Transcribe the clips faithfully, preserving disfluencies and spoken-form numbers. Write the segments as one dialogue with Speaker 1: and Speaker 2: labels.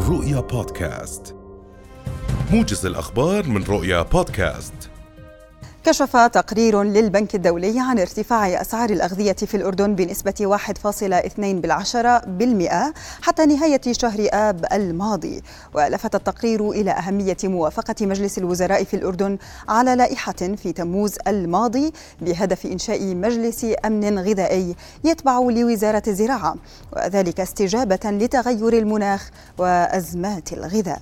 Speaker 1: رؤيا بودكاست، موجز الأخبار من رؤيا بودكاست.
Speaker 2: كشف تقرير للبنك الدولي عن ارتفاع أسعار الأغذية في الأردن بنسبة واحد فاصلة اثنين بالمئة حتى نهاية شهر آب الماضي. ولفت التقرير إلى أهمية موافقة مجلس الوزراء في الأردن على لائحة في تموز الماضي بهدف إنشاء مجلس أمن غذائي يتبع لوزارة الزراعة، وذلك استجابة لتغير المناخ وأزمات الغذاء.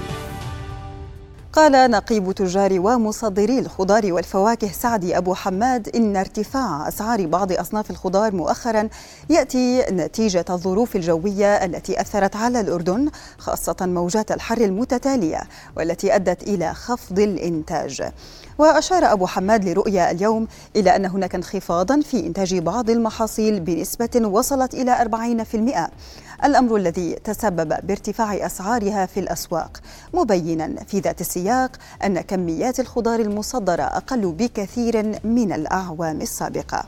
Speaker 2: قال نقيب تجار ومصدري الخضار والفواكه سعدي أبو حماد إن ارتفاع أسعار بعض أصناف الخضار مؤخرا يأتي نتيجة الظروف الجوية التي أثرت على الأردن، خاصة موجات الحر المتتالية والتي أدت إلى خفض الإنتاج. وأشار أبو حماد لرؤيا اليوم إلى أن هناك انخفاضا في إنتاج بعض المحاصيل بنسبة وصلت إلى أربعين بالمئة، الأمر الذي تسبب بارتفاع أسعارها في الأسواق، مبينا في ذات السياق أن كميات الخضار المصدرة أقل بكثير من الأعوام السابقة.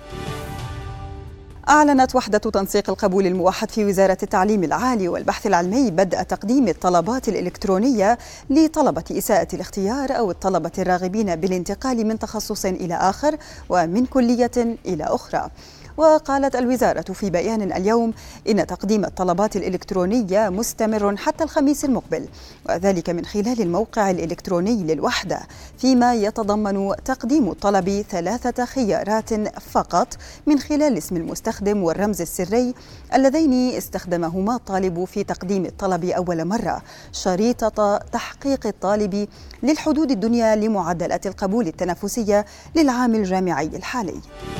Speaker 2: أعلنت وحدة تنسيق القبول الموحد في وزارة التعليم العالي والبحث العلمي بدء تقديم الطلبات الإلكترونية لطلبة إساءة الاختيار أو الطلبة الراغبين بالانتقال من تخصص إلى آخر ومن كلية إلى أخرى. وقالت الوزارة في بيان اليوم إن تقديم الطلبات الإلكترونية مستمر حتى الخميس المقبل، وذلك من خلال الموقع الإلكتروني للوحدة، فيما يتضمن تقديم الطلب ثلاثة خيارات فقط من خلال اسم المستخدم والرمز السري اللذين استخدمهما الطالب في تقديم الطلب أول مرة، شريطة تحقيق الطالب للحدود الدنيا لمعدلات القبول التنافسية للعام الجامعي الحالي.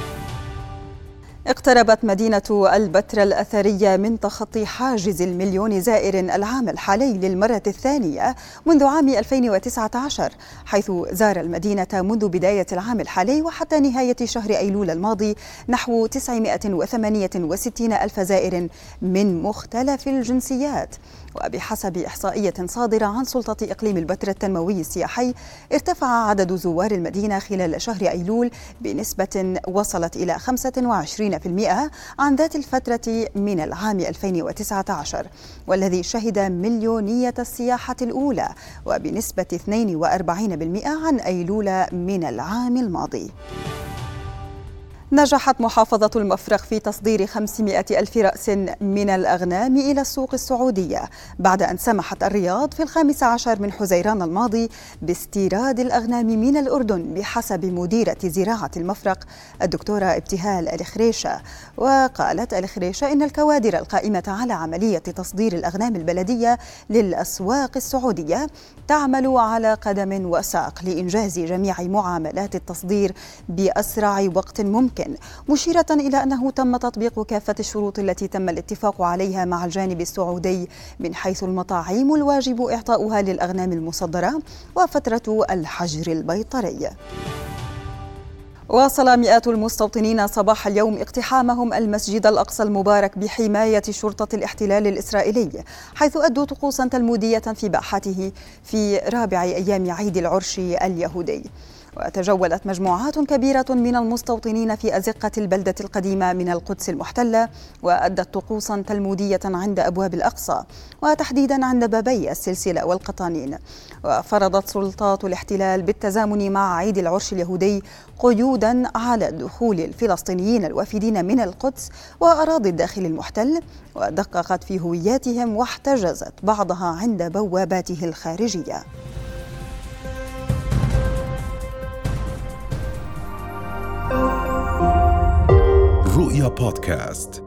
Speaker 2: اقتربت مدينة البتراء الأثرية من تخطي حاجز المليون زائر العام الحالي للمرة الثانية منذ عام ألفين وتسعة عشر، حيث زار المدينة منذ بداية العام الحالي وحتى نهاية شهر أيلول الماضي نحو تسعمائة وثمانية وستين ألف زائر من مختلف الجنسيات. وبحسب إحصائية صادرة عن سلطة إقليم البتراء التنموي السياحي، ارتفع عدد زوار المدينة خلال شهر أيلول بنسبة وصلت إلى خمسة وعشرين بالمئة عن ذات الفترة من العام ألفين وتسعة عشر، والذي شهد مليونية السياحة الأولى، وبنسبة اثنين وأربعين بالمئة عن أيلول من العام الماضي. نجحت محافظة المفرق في تصدير خمسمائة ألف رأس من الأغنام إلى السوق السعودية، بعد أن سمحت الرياض في الخامس عشر من حزيران الماضي باستيراد الأغنام من الأردن، بحسب مديرة زراعة المفرق الدكتورة ابتهال الخريشة. وقالت الخريشة إن الكوادر القائمة على عملية تصدير الأغنام البلدية للأسواق السعودية تعمل على قدم وساق لإنجاز جميع معاملات التصدير بأسرع وقت ممكن، مشيرة إلى أنه تم تطبيق كافة الشروط التي تم الاتفاق عليها مع الجانب السعودي، من حيث المطاعيم الواجب إعطاؤها للأغنام المصدرة وفترة الحجر البيطري. واصل مئات المستوطنين صباح اليوم اقتحامهم المسجد الأقصى المبارك بحماية شرطة الاحتلال الإسرائيلي، حيث أدوا طقوسا تلمودية في باحته في رابع أيام عيد العرش اليهودي. وتجولت مجموعات كبيرة من المستوطنين في أزقة البلدة القديمة من القدس المحتلة، وأدت طقوسا تلمودية عند أبواب الأقصى، وتحديدا عند بابي السلسلة والقطانين. وفرضت سلطات الاحتلال بالتزامن مع عيد العرش اليهودي قيودا على دخول الفلسطينيين الوافدين من القدس وأراضي الداخل المحتل، ودققت في هوياتهم واحتجزت بعضها عند بواباته الخارجية.
Speaker 1: رؤيا بودكاست.